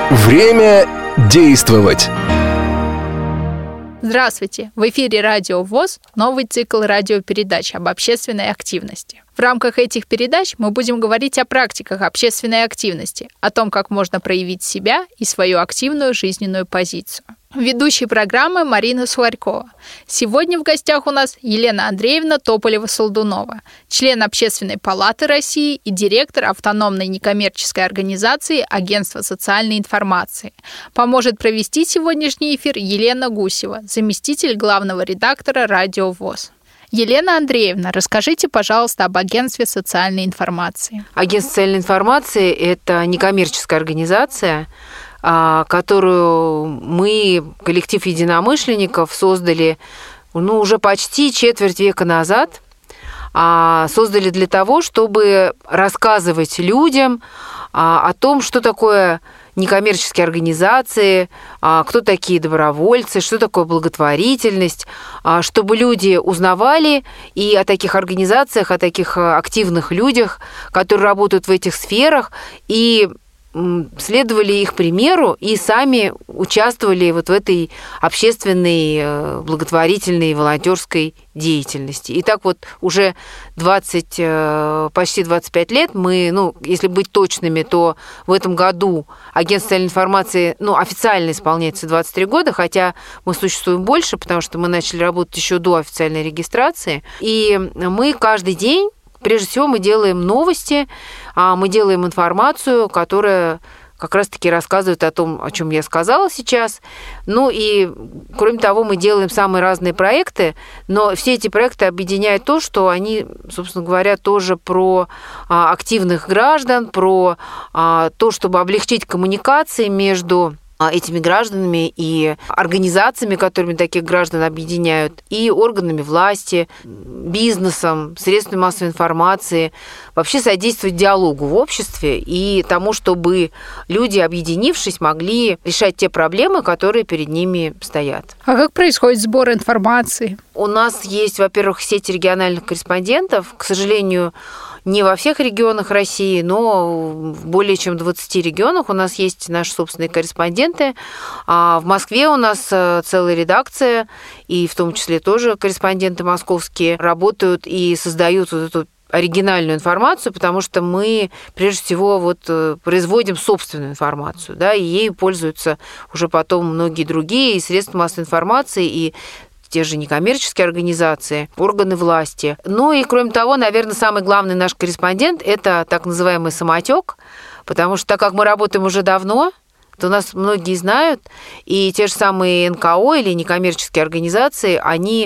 Время действовать. Здравствуйте! В эфире Радио ВОС новый цикл радиопередач об общественной активности. В рамках этих передач мы будем говорить о практиках общественной активности, о том, как можно проявить себя и свою активную жизненную позицию. Ведущий программы Марина Сухарькова. Сегодня в гостях у нас Елена Андреевна Тополева-Солдунова, член Общественной палаты России и директор автономной некоммерческой организации Агентства социальной информации. Поможет провести сегодняшний эфир Елена Гусева, заместитель главного редактора Радио ВОС. Елена Андреевна, расскажите, пожалуйста, об Агентстве социальной информации. Агентство социальной информации – это некоммерческая организация, которую мы, коллектив единомышленников, создали уже почти четверть века назад. Создали для того, чтобы рассказывать людям о том, что такое некоммерческие организации, кто такие добровольцы, что такое благотворительность, чтобы люди узнавали и о таких организациях, о таких активных людях, которые работают в этих сферах, и следовали их примеру и сами участвовали вот в этой общественной, благотворительной, волонтерской деятельности. И так вот уже почти 25 лет мы, если быть точными, то в этом году Агентство социальной информации официально исполняется 23 года, хотя мы существуем больше, потому что мы начали работать еще до официальной регистрации. И мы каждый день, прежде всего, мы делаем новости, мы делаем информацию, которая как раз-таки рассказывает о том, о чем я сказала сейчас. И, кроме того, мы делаем самые разные проекты, но все эти проекты объединяют то, что они, собственно говоря, тоже про активных граждан, про то, чтобы облегчить коммуникации между этими гражданами и организациями, которыми таких граждан объединяют, и органами власти, бизнесом, средствами массовой информации, вообще содействовать диалогу в обществе и тому, чтобы люди, объединившись, могли решать те проблемы, которые перед ними стоят. А как происходит сбор информации? У нас есть, во-первых, сеть региональных корреспондентов. К сожалению, не во всех регионах России, но в более чем 20 регионах у нас есть наши собственные корреспонденты. В Москве у нас целая редакция, и в том числе тоже корреспонденты московские работают и создают вот эту оригинальную информацию, потому что мы, прежде всего, производим собственную информацию, да, и ей пользуются уже потом многие другие и средства массовой информации, и те же некоммерческие организации, органы власти. И, кроме того, наверное, самый главный наш корреспондент – это так называемый самотек, потому что так как мы работаем уже давно, то нас многие знают, и те же самые НКО или некоммерческие организации, они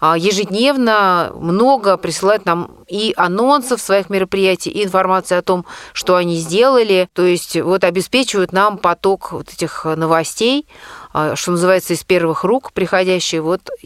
ежедневно много присылают нам и анонсов своих мероприятий, и информации о том, что они сделали, то есть обеспечивают нам поток этих новостей, что называется, из первых рук приходящие.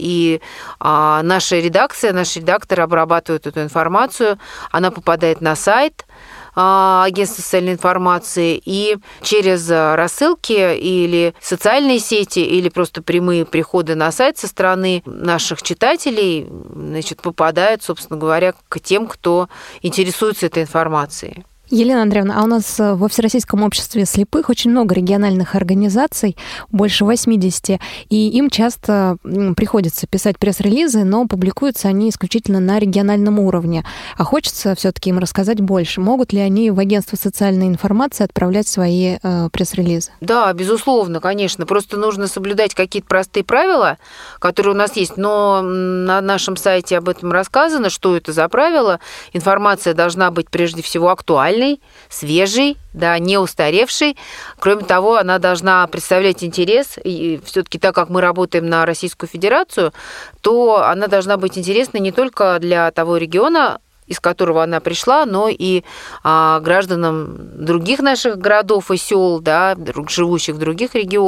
И наша редакция, наш редактор обрабатывает эту информацию, она попадает на сайт Агентства социальной информации, и через рассылки или социальные сети, или просто прямые приходы на сайт со стороны наших читателей, попадают, собственно говоря, к тем, кто интересуется этой информацией. Елена Андреевна, а у нас во Всероссийском обществе слепых очень много региональных организаций, больше 80, и им часто приходится писать пресс-релизы, но публикуются они исключительно на региональном уровне. А хочется все-таки им рассказать больше. Могут ли они в Агентство социальной информации отправлять свои пресс-релизы? Да, безусловно, конечно. Просто нужно соблюдать какие-то простые правила, которые у нас есть, но на нашем сайте об этом рассказано, что это за правила. Информация должна быть прежде всего актуальной, свежий, да, не устаревший. Кроме того, она должна представлять интерес, и все-таки так как мы работаем на Российскую Федерацию, то она должна быть интересна не только для того региона, из которого она пришла, но и гражданам других наших городов и сел, да, живущих в других регионах.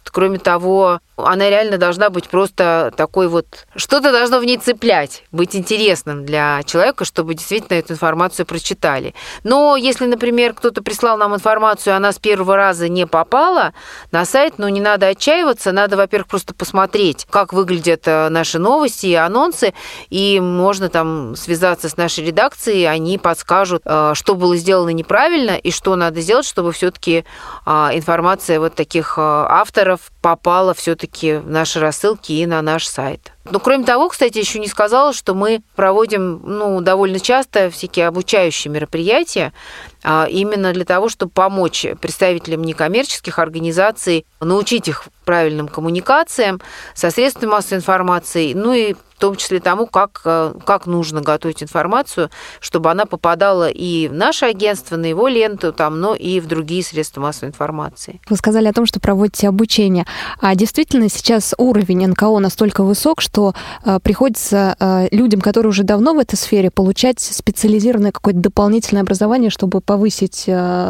Кроме того, она реально должна быть просто такой вот... Что-то должно в ней цеплять, быть интересным для человека, чтобы действительно эту информацию прочитали. Но если, например, кто-то прислал нам информацию, она с первого раза не попала на сайт, не надо отчаиваться, надо, во-первых, просто посмотреть, как выглядят наши новости и анонсы, и можно там связаться с нашей редакцией, они подскажут, что было сделано неправильно и что надо сделать, чтобы все-таки информация вот таких авторов попала все-таки в наши рассылки и на наш сайт. Кроме того, кстати, еще не сказала, что мы проводим довольно часто всякие обучающие мероприятия именно для того, чтобы помочь представителям некоммерческих организаций, научить их правильным коммуникациям со средствами массовой информации, и в том числе тому, как нужно готовить информацию, чтобы она попадала и в наше агентство, на его ленту, но и в другие средства массовой информации. Вы сказали о том, что проводите обучение. А действительно сейчас уровень НКО настолько высок, что приходится людям, которые уже давно в этой сфере, получать специализированное какое-то дополнительное образование, чтобы повысить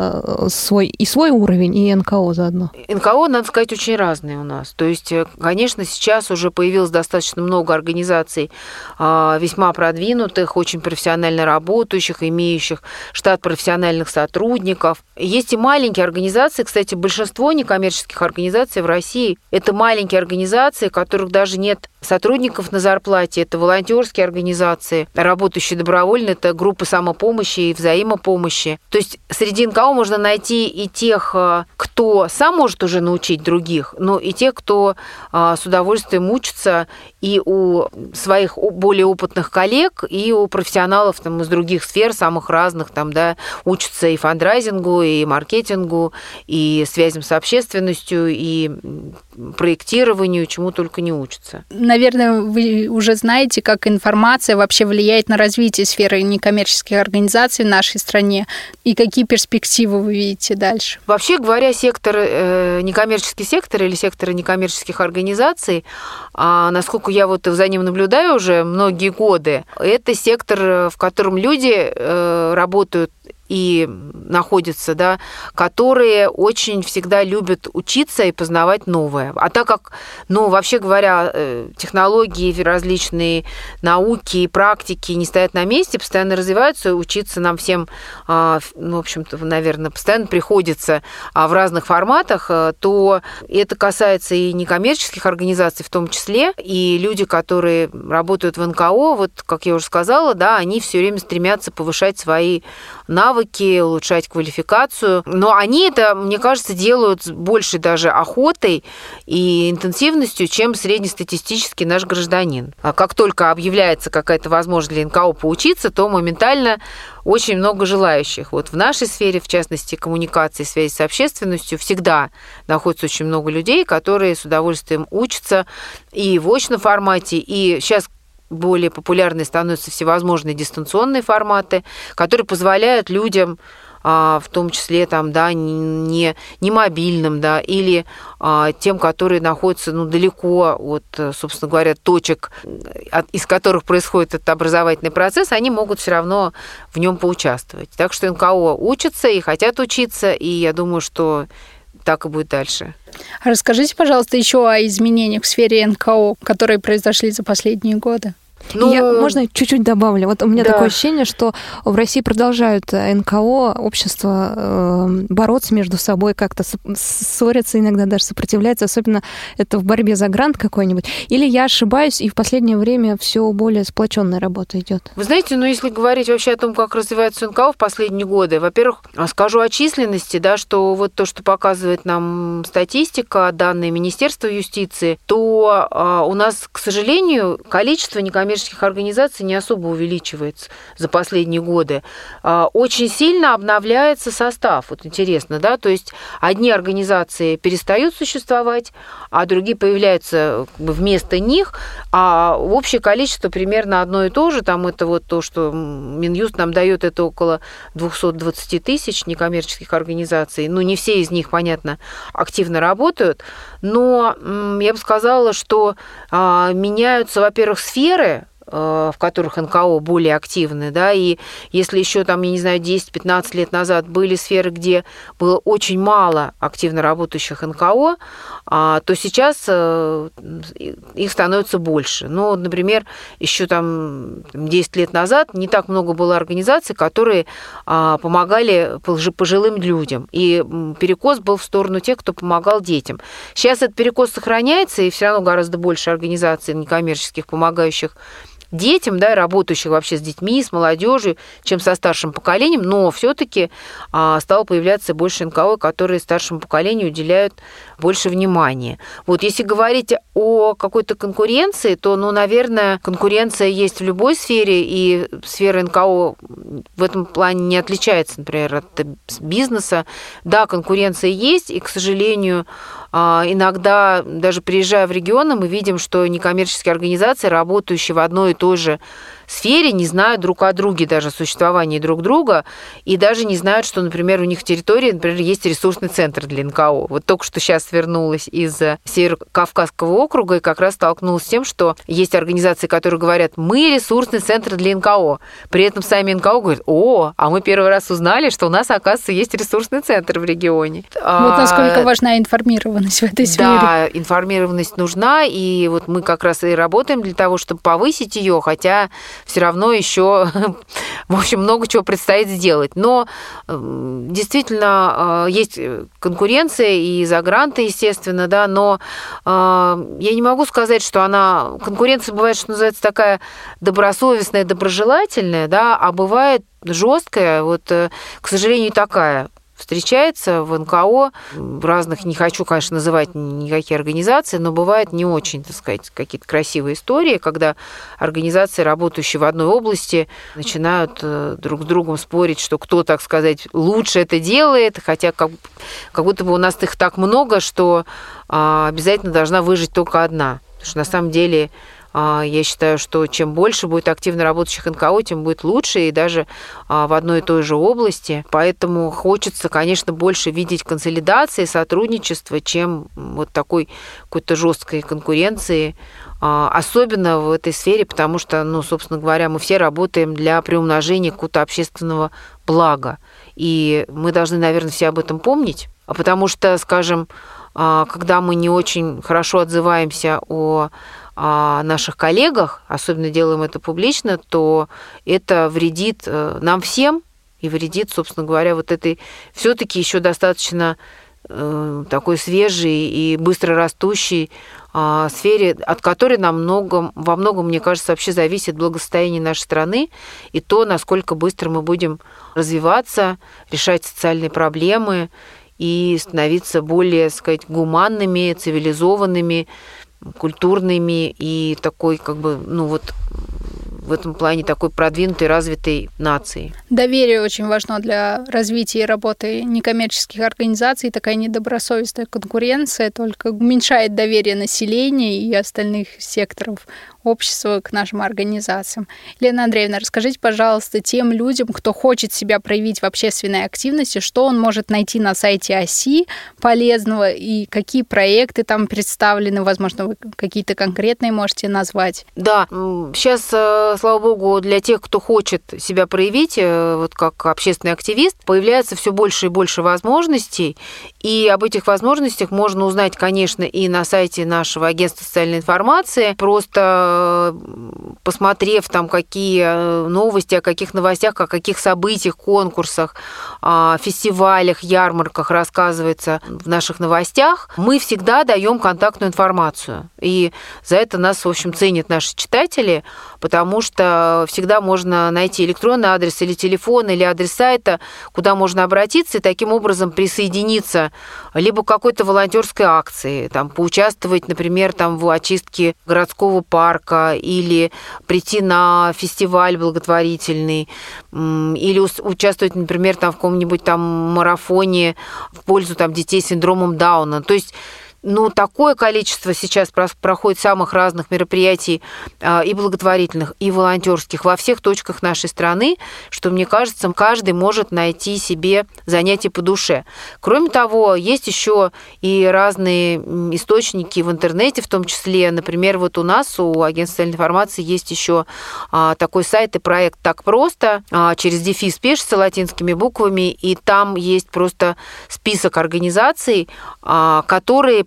свой уровень и НКО заодно. НКО, надо сказать, очень разные у нас. То есть, конечно, сейчас уже появилось достаточно много организаций весьма продвинутых, очень профессионально работающих, имеющих штат профессиональных сотрудников. Есть и маленькие организации. Кстати, большинство некоммерческих организаций в России – это маленькие организации, у которых даже нет сотрудников на зарплате. Это волонтерские организации, работающие добровольно, это группы самопомощи и взаимопомощи. То есть среди НКО можно найти и тех, кто сам может уже научить других, но и тех, кто с удовольствием учится и у своих более опытных коллег, и у профессионалов из других сфер, самых разных, учатся и фандрайзингу, и маркетингу, и связям с общественностью, и проектированию, чему только не учатся. Наверное, вы уже знаете, как информация вообще влияет на развитие сферы некоммерческих организаций в нашей стране, и какие перспективы вы видите дальше? Вообще говоря, некоммерческий сектор или секторы некоммерческих организаций, насколько я за ним наблюдаю уже многие годы, это сектор, в котором люди работают и находятся, которые очень всегда любят учиться и познавать новое. А так как, вообще говоря, технологии, различные науки и практики не стоят на месте, постоянно развиваются, учиться нам всем, в общем-то, наверное, постоянно приходится в разных форматах, то это касается и некоммерческих организаций в том числе, и люди, которые работают в НКО, как я уже сказала, они все время стремятся повышать свои навыки, улучшать квалификацию. Но они это, мне кажется, делают с большей даже охотой и интенсивностью, чем среднестатистический наш гражданин. А как только объявляется какая-то возможность для НКО поучиться, то моментально очень много желающих. В нашей сфере, в частности, коммуникации, связи с общественностью, всегда находится очень много людей, которые с удовольствием учатся и в очном формате, и сейчас более популярны становятся всевозможные дистанционные форматы, которые позволяют людям, в том числе не мобильным, или тем, которые находятся далеко от, собственно говоря, точек, из которых происходит этот образовательный процесс, они могут все равно в нем поучаствовать. Так что НКО учатся и хотят учиться, и я думаю, что так и будет дальше. Расскажите, пожалуйста, еще о изменениях в сфере НКО, которые произошли за последние годы. Можно чуть-чуть добавлю? У меня такое ощущение, что в России продолжают НКО, общество бороться между собой, как-то ссорятся, иногда даже сопротивляются, особенно это в борьбе за грант какой-нибудь. Или я ошибаюсь, и в последнее время все более сплоченная работа идет? Вы знаете, если говорить вообще о том, как развивается НКО в последние годы, во-первых, скажу о численности, что то, что показывает нам статистика, данные Министерства юстиции, то у нас, к сожалению, количество некоммерческих организаций не особо увеличивается за последние годы. Очень сильно обновляется состав. Интересно, то есть одни организации перестают существовать, а другие появляются вместо них, а общее количество примерно одно и то же. Это то, что Минюст нам дает, это около 220 тысяч некоммерческих организаций. Не все из них, понятно, активно работают, но я бы сказала, что меняются, во-первых, сферы, в которых НКО более активны, и если еще 10-15 лет назад были сферы, где было очень мало активно работающих НКО, то сейчас их становится больше. Ну, например, еще там 10 лет назад не так много было организаций, которые помогали пожилым людям. И перекос был в сторону тех, кто помогал детям. Сейчас этот перекос сохраняется, и все равно гораздо больше организаций некоммерческих, помогающих детям, да, работающих вообще с детьми, с молодежью, чем со старшим поколением, но все-таки стало появляться больше НКО, которые старшему поколению уделяют больше внимания. Вот если говорить о какой-то конкуренции, то, ну, наверное, конкуренция есть в любой сфере, и сфера НКО в этом плане не отличается, например, от бизнеса. Да, конкуренция есть, и, к сожалению, иногда, даже приезжая в регионы, мы видим, что некоммерческие организации, работающие в одной и той же сфере, не знают друг о друге даже существования друг друга, и даже не знают, что, например, у них в территории, например, есть ресурсный центр для НКО. Вот только что сейчас вернулась из Северо-Кавказского округа и как раз столкнулась с тем, что есть организации, которые говорят: мы ресурсный центр для НКО. При этом сами НКО говорят: а мы первый раз узнали, что у нас, оказывается, есть ресурсный центр в регионе. Вот насколько важна информированность в этой сфере. Да, информированность нужна, и вот мы как раз и работаем для того, чтобы повысить ее, хотя все равно еще, в общем, много чего предстоит сделать. Но действительно есть конкуренция и за гранты, естественно, да, но я не могу сказать, что конкуренция бывает, что называется, такая добросовестная, доброжелательная, да, а бывает жесткая, вот, к сожалению, такая. Встречается в НКО, в разных, не хочу, конечно, называть никакие организации, но бывают не очень, так сказать, какие-то красивые истории, когда организации, работающие в одной области, начинают друг с другом спорить, что кто, так сказать, лучше это делает, хотя как будто бы у нас их так много, что обязательно должна выжить только одна. Потому что на самом деле я считаю, что чем больше будет активно работающих НКО, тем будет лучше, и даже в одной и той же области. Поэтому хочется, конечно, больше видеть консолидации, сотрудничества, чем вот такой какой-то жесткой конкуренции, особенно в этой сфере, потому что, ну, собственно говоря, мы все работаем для приумножения какого-то общественного блага. И мы должны, наверное, все об этом помнить, потому что, скажем, когда мы не очень хорошо отзываемся о наших коллегах, особенно делаем это публично, то это вредит нам всем и вредит, собственно говоря, вот этой все-таки еще достаточно такой свежей и быстро растущей сфере, от которой во многом, мне кажется, вообще зависит благосостояние нашей страны и то, насколько быстро мы будем развиваться, решать социальные проблемы и становиться более, так сказать, гуманными, цивилизованными, культурными и такой, как бы, ну вот в этом плане такой продвинутой, развитой нации. Доверие очень важно для развития и работы некоммерческих организаций. Такая недобросовестная конкуренция только уменьшает доверие населения и остальных секторов общества к нашим организациям. Лена Андреевна, расскажите, пожалуйста, тем людям, кто хочет себя проявить в общественной активности, что он может найти на сайте ОСИ полезного и какие проекты там представлены, возможно, вы какие-то конкретные можете назвать? Да, сейчас, слава богу, для тех, кто хочет себя проявить, вот как общественный активист, появляется все больше и больше возможностей, и об этих возможностях можно узнать, конечно, и на сайте нашего агентства социальной информации, просто посмотрев там, какие новости, о каких новостях, о каких событиях, конкурсах, фестивалях, ярмарках рассказывается в наших новостях, мы всегда даем контактную информацию. И за это нас, в общем, ценят наши читатели, потому что всегда можно найти электронный адрес или телефон, или адрес сайта, куда можно обратиться и таким образом присоединиться либо к какой-то волонтерской акции, там, поучаствовать, например, там, в очистке городского парка, или прийти на фестиваль благотворительный, или участвовать, например, там, в каком-нибудь там марафоне в пользу там, детей с синдромом Дауна. То есть такое количество сейчас проходит самых разных мероприятий и благотворительных, и волонтерских во всех точках нашей страны, что, мне кажется, каждый может найти себе занятие по душе. Кроме того, есть еще и разные источники в интернете, в том числе, например, вот у нас, у агентства социальной информации, есть еще такой сайт и проект «Так просто», через дефис пишется латинскими буквами, и там есть просто список организаций, которые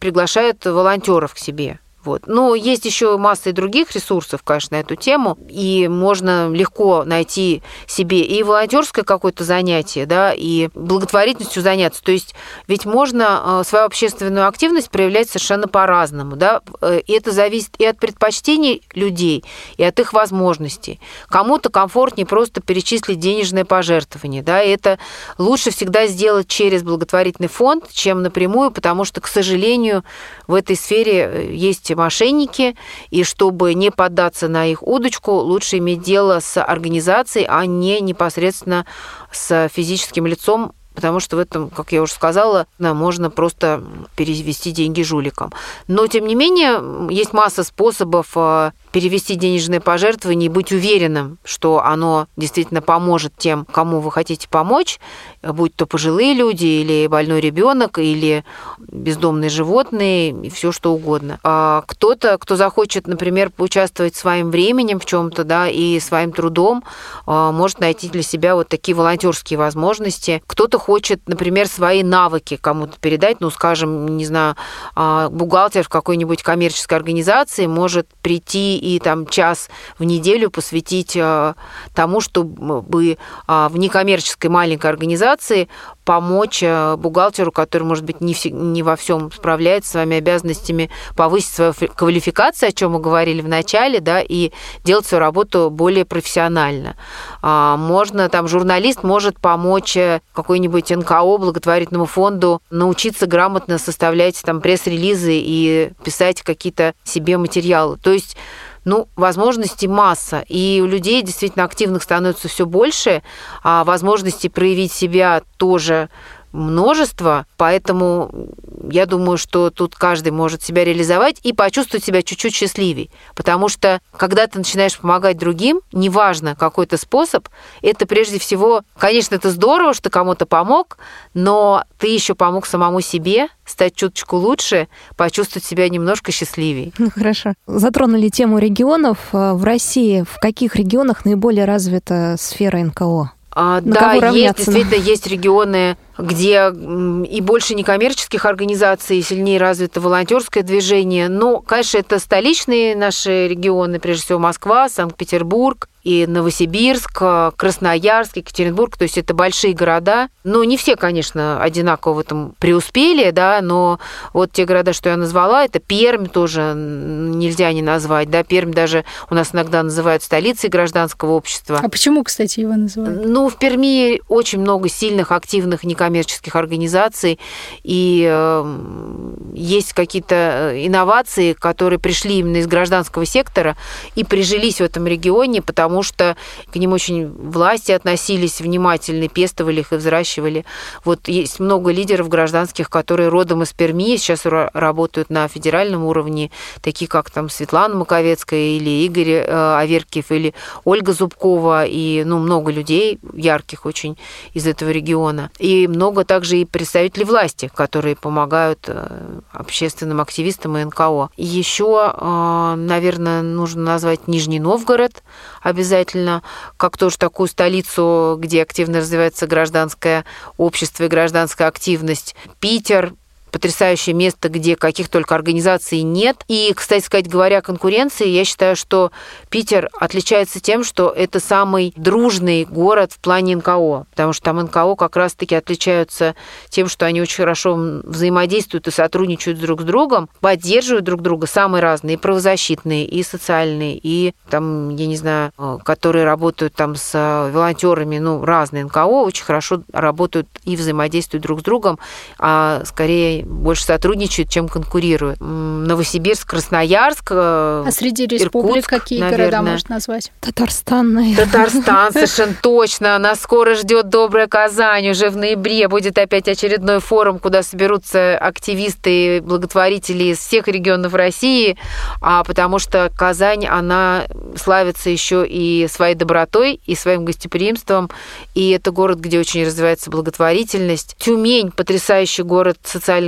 приглашают волонтеров к себе. Вот. Но есть еще масса и других ресурсов, конечно, на эту тему, и можно легко найти себе и волонтерское какое-то занятие, да, и благотворительностью заняться. То есть ведь можно свою общественную активность проявлять совершенно по-разному, да, и это зависит и от предпочтений людей, и от их возможностей. Кому-то комфортнее просто перечислить денежное пожертвование, да, и это лучше всегда сделать через благотворительный фонд, чем напрямую, потому что, к сожалению, в этой сфере есть мошенники, и чтобы не поддаться на их удочку, лучше иметь дело с организацией, а не непосредственно с физическим лицом, потому что в этом, как я уже сказала, можно просто перевести деньги жуликам. Но, тем не менее, есть масса способов перевести денежное пожертвование и быть уверенным, что оно действительно поможет тем, кому вы хотите помочь, будь то пожилые люди, или больной ребенок, или бездомные животные, и все что угодно. А кто-то, кто захочет, например, поучаствовать своим временем в чем-то, да, и своим трудом, может найти для себя вот такие волонтерские возможности. Кто-то хочет, например, свои навыки кому-то передать, ну, скажем, не знаю, бухгалтер в какой-нибудь коммерческой организации может прийти и там час в неделю посвятить тому, чтобы в некоммерческой маленькой организации помочь бухгалтеру, который, может быть, не во всем справляется с своими обязанностями, повысить свою квалификацию, о чем мы говорили в начале, да, и делать свою работу более профессионально. Можно, там, журналист может помочь какой-нибудь НКО, благотворительному фонду, научиться грамотно составлять там пресс-релизы и писать какие-то себе материалы. То есть возможностей масса, и у людей действительно активных становится все больше, а возможностей проявить себя тоже множество, поэтому я думаю, что тут каждый может себя реализовать и почувствовать себя чуть-чуть счастливее, потому что когда ты начинаешь помогать другим, неважно какой то способ, это прежде всего, конечно, это здорово, что кому-то помог, но ты еще помог самому себе стать чуточку лучше, почувствовать себя немножко счастливее. Хорошо. Затронули тему регионов. В России в каких регионах наиболее развита сфера НКО? Да, действительно, есть регионы, где и больше некоммерческих организаций, и сильнее развито волонтерское движение. Но, конечно, это столичные наши регионы, прежде всего Москва, Санкт-Петербург, и Новосибирск, Красноярск, Екатеринбург, то есть это большие города. Но не все, конечно, одинаково в этом преуспели, да, но вот те города, что я назвала, это Пермь тоже нельзя не назвать, да, Пермь даже у нас иногда называют столицей гражданского общества. А почему, кстати, его называют? В Перми очень много сильных, активных некоммерческих организаций, и есть какие-то инновации, которые пришли именно из гражданского сектора и прижились в этом регионе, потому что к ним очень власти относились внимательно, пестовали их и взращивали. Вот есть много лидеров гражданских, которые родом из Перми, сейчас работают на федеральном уровне, такие как там Светлана Маковецкая или Игорь Аверкиев или Ольга Зубкова, и много людей ярких очень из этого региона. И много также и представителей власти, которые помогают общественным активистам и НКО. И еще, наверное, нужно назвать Нижний Новгород обязательно, как тоже такую столицу, где активно развивается гражданское общество и гражданская активность. Питер – потрясающее место, где каких только организаций нет. И, кстати сказать, говоря о конкуренции, я считаю, что Питер отличается тем, что это самый дружный город в плане НКО, потому что там НКО как раз-таки отличаются тем, что они очень хорошо взаимодействуют и сотрудничают друг с другом, поддерживают друг друга, самые разные, и правозащитные, и социальные, и там, я не знаю, которые работают там с волонтерами, разные НКО очень хорошо работают и взаимодействуют друг с другом, а скорее больше сотрудничают, чем конкурируют. Новосибирск, Красноярск, А среди республик Иркутск, какие наверное. Города можно назвать? Татарстан, наверное. Татарстан, совершенно точно. Нас скоро ждет добрая Казань. Уже в ноябре будет опять очередной форум, куда соберутся активисты и благотворители из всех регионов России, потому что Казань, она славится еще и своей добротой, и своим гостеприимством, и это город, где очень развивается благотворительность. Тюмень – потрясающий город социальных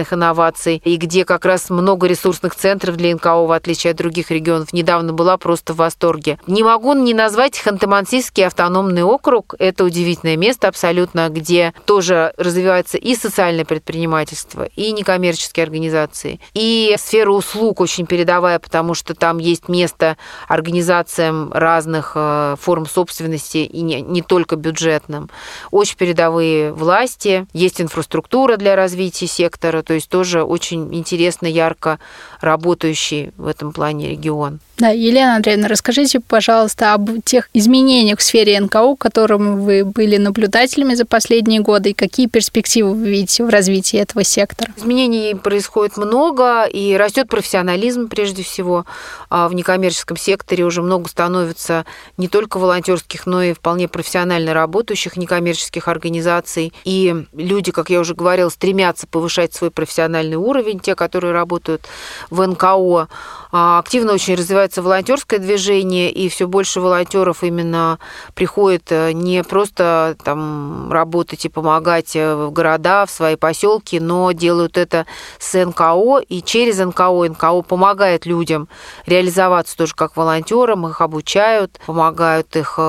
социальных инноваций, и где как раз много ресурсных центров для НКО, в отличие от других регионов. Недавно была просто в восторге. Не могу не назвать Ханты-Мансийский автономный округ. Это удивительное место абсолютно, где тоже развивается и социальное предпринимательство, и некоммерческие организации, и сфера услуг очень передовая, потому что там есть место организациям разных форм собственности, и не только бюджетным. Очень передовые власти, есть инфраструктура для развития сектора, то есть тоже очень интересно, ярко работающий в этом плане регион. Да, Елена Андреевна, расскажите, пожалуйста, об тех изменениях в сфере НКО, которым вы были наблюдателями за последние годы, и какие перспективы вы видите в развитии этого сектора? Изменений происходит много, и растет профессионализм прежде всего. В некоммерческом секторе уже много становится не только волонтерских, но и вполне профессионально работающих некоммерческих организаций. И люди, как я уже говорила, стремятся повышать свой профессиональный уровень, те, которые работают в НКО. Активно очень развивается волонтерское движение, и все больше волонтеров именно приходит не просто там работать и помогать в города, в свои поселки, но делают это с НКО, и через НКО помогает людям реализоваться тоже как волонтерам, их обучают, помогают их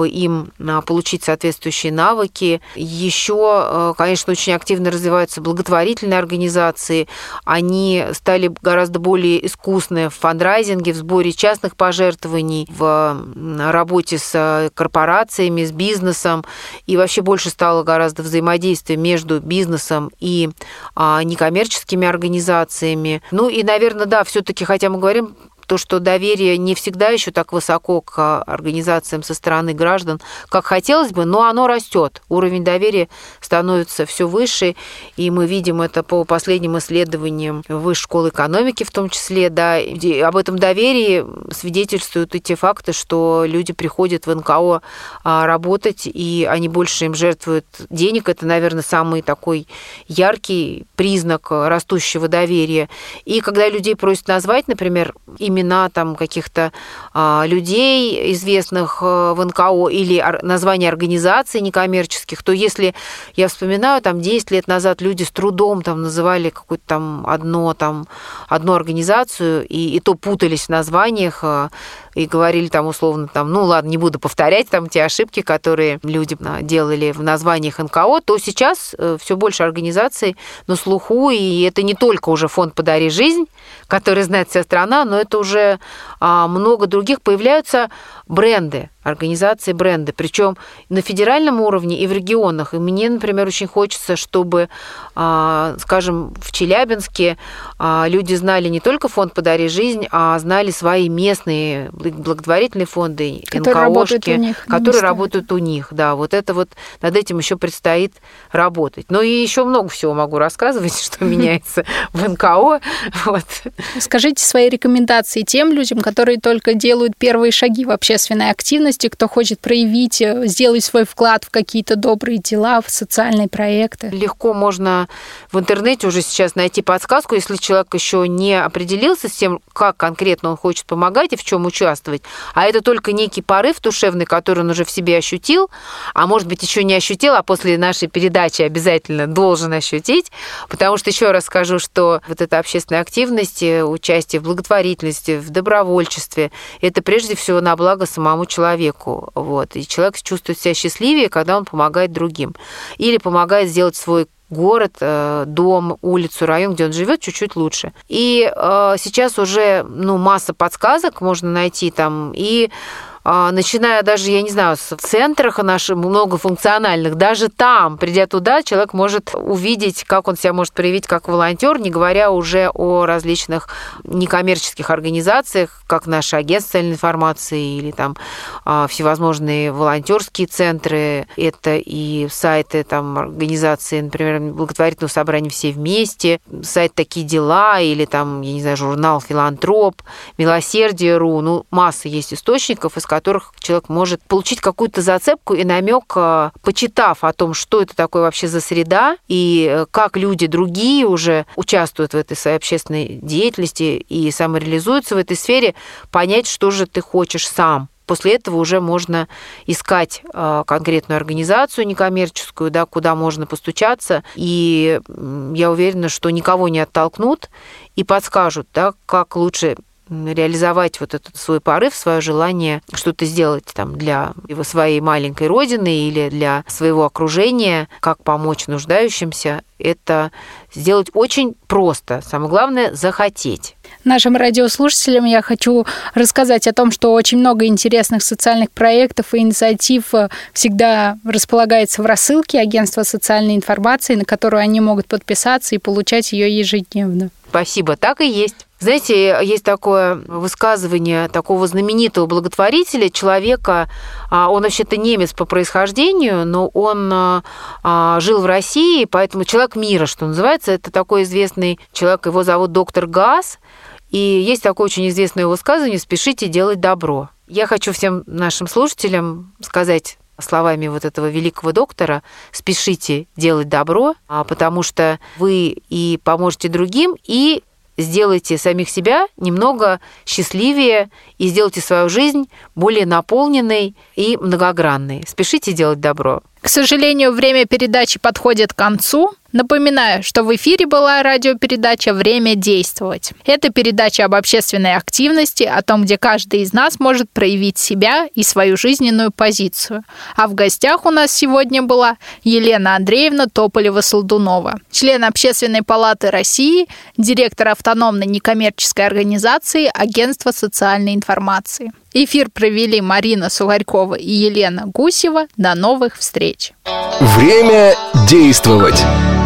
им получить соответствующие навыки. Еще, конечно, очень активно развиваются благотворительные организации, они стали гораздо более искусные в фандрайзинге, в сборе частных пожертвований, в работе с корпорациями, с бизнесом. И вообще больше стало гораздо взаимодействия между бизнесом и некоммерческими организациями. Ну и, наверное, да, все-таки, хотя мы говорим, то, что доверие не всегда еще так высоко к организациям со стороны граждан, как хотелось бы, но оно растет. Уровень доверия становится все выше, и мы видим это по последним исследованиям Высшей школы экономики в том числе. Да, об этом доверии свидетельствуют и те факты, что люди приходят в НКО работать, и они больше им жертвуют денег. Это, наверное, самый такой яркий признак растущего доверия. И когда людей просят назвать, например, имена там каких-то людей, известных в НКО, или названия организаций некоммерческих, то если я вспоминаю, там 10 лет назад люди с трудом там называли какую-то там одну организацию, и то путались в названиях, и говорили там условно, там, ну ладно, не буду повторять там те ошибки, которые люди делали в названиях НКО, то сейчас все больше организаций на слуху, и это не только уже фонд «Подари жизнь», который знает вся страна, но это уже много других. Появляются бренды, организации бренды, причем на федеральном уровне и в регионах. И мне, например, очень хочется, чтобы, скажем, в Челябинске люди знали не только фонд «Подари жизнь», а знали свои местные благотворительные фонды, НКОшки, которые работают у них. Да, вот это вот над этим еще предстоит работать. Ну и еще много всего могу рассказывать, что меняется в НКО. Вот. Скажите свои рекомендации тем людям, которые только делают первые шаги в общественной активности, кто хочет проявить, сделать свой вклад в какие-то добрые дела, в социальные проекты. Легко можно в интернете уже сейчас найти подсказку, если человек еще не определился с тем, как конкретно он хочет помогать и в чем участвовать. А это только некий порыв душевный, который он уже в себе ощутил, а может быть еще не ощутил, а после нашей передачи обязательно должен ощутить, потому что еще раз скажу, что вот эта общественная активность, участие в благотворительности, в добровольчестве, это прежде всего на благо самому человеку. Вот. И человек чувствует себя счастливее, когда он помогает другим. Или помогает сделать свой город, дом, улицу, район, где он живет, чуть-чуть лучше. И сейчас уже масса подсказок можно найти там, и начиная даже, я не знаю, в центрах наших многофункциональных, даже там, придя туда, человек может увидеть, как он себя может проявить как волонтер, не говоря уже о различных некоммерческих организациях, как наше агентство социальной информации или там всевозможные волонтерские центры, это и сайты там организации, например, благотворительного собрания «Все вместе», сайт «Такие дела» или там, я не знаю, журнал «Филантроп», «Милосердие.ру», масса есть источников, из которых человек может получить какую-то зацепку и намек, почитав о том, что это такое вообще за среда и как люди другие уже участвуют в этой своей общественной деятельности и самореализуются в этой сфере, понять, что же ты хочешь сам. после этого уже можно искать конкретную организацию некоммерческую, да, куда можно постучаться. И я уверена, что никого не оттолкнут и подскажут, да, как лучше реализовать вот этот свой порыв, свое желание что-то сделать там для своей маленькой родины или для своего окружения, как помочь нуждающимся. Это сделать очень просто. Самое главное – захотеть. Нашим радиослушателям я хочу рассказать о том, что очень много интересных социальных проектов и инициатив всегда располагается в рассылке Агентства социальной информации, на которую они могут подписаться и получать ее ежедневно. Спасибо, так и есть. Знаете, есть такое высказывание такого знаменитого благотворителя, человека, он вообще-то немец по происхождению, но он жил в России, поэтому человек мира, что называется. Это такой известный человек, его зовут доктор Гаас. И есть такое очень известное его высказывание «Спешите делать добро». Я хочу всем нашим слушателям сказать словами вот этого великого доктора: спешите делать добро, потому что вы и поможете другим, и сделайте самих себя немного счастливее и сделайте свою жизнь более наполненной и многогранной. Спешите делать добро. К сожалению, время передачи подходит к концу. Напоминаю, что в эфире была радиопередача «Время действовать». Это передача об общественной активности, о том, где каждый из нас может проявить себя и свою жизненную позицию. А в гостях у нас сегодня была Елена Андреевна Тополева-Солдунова, член Общественной палаты России, директор автономной некоммерческой организации Агентства социальной информации. Эфир провели Марина Сугорькова и Елена Гусева. До новых встреч! Время действовать.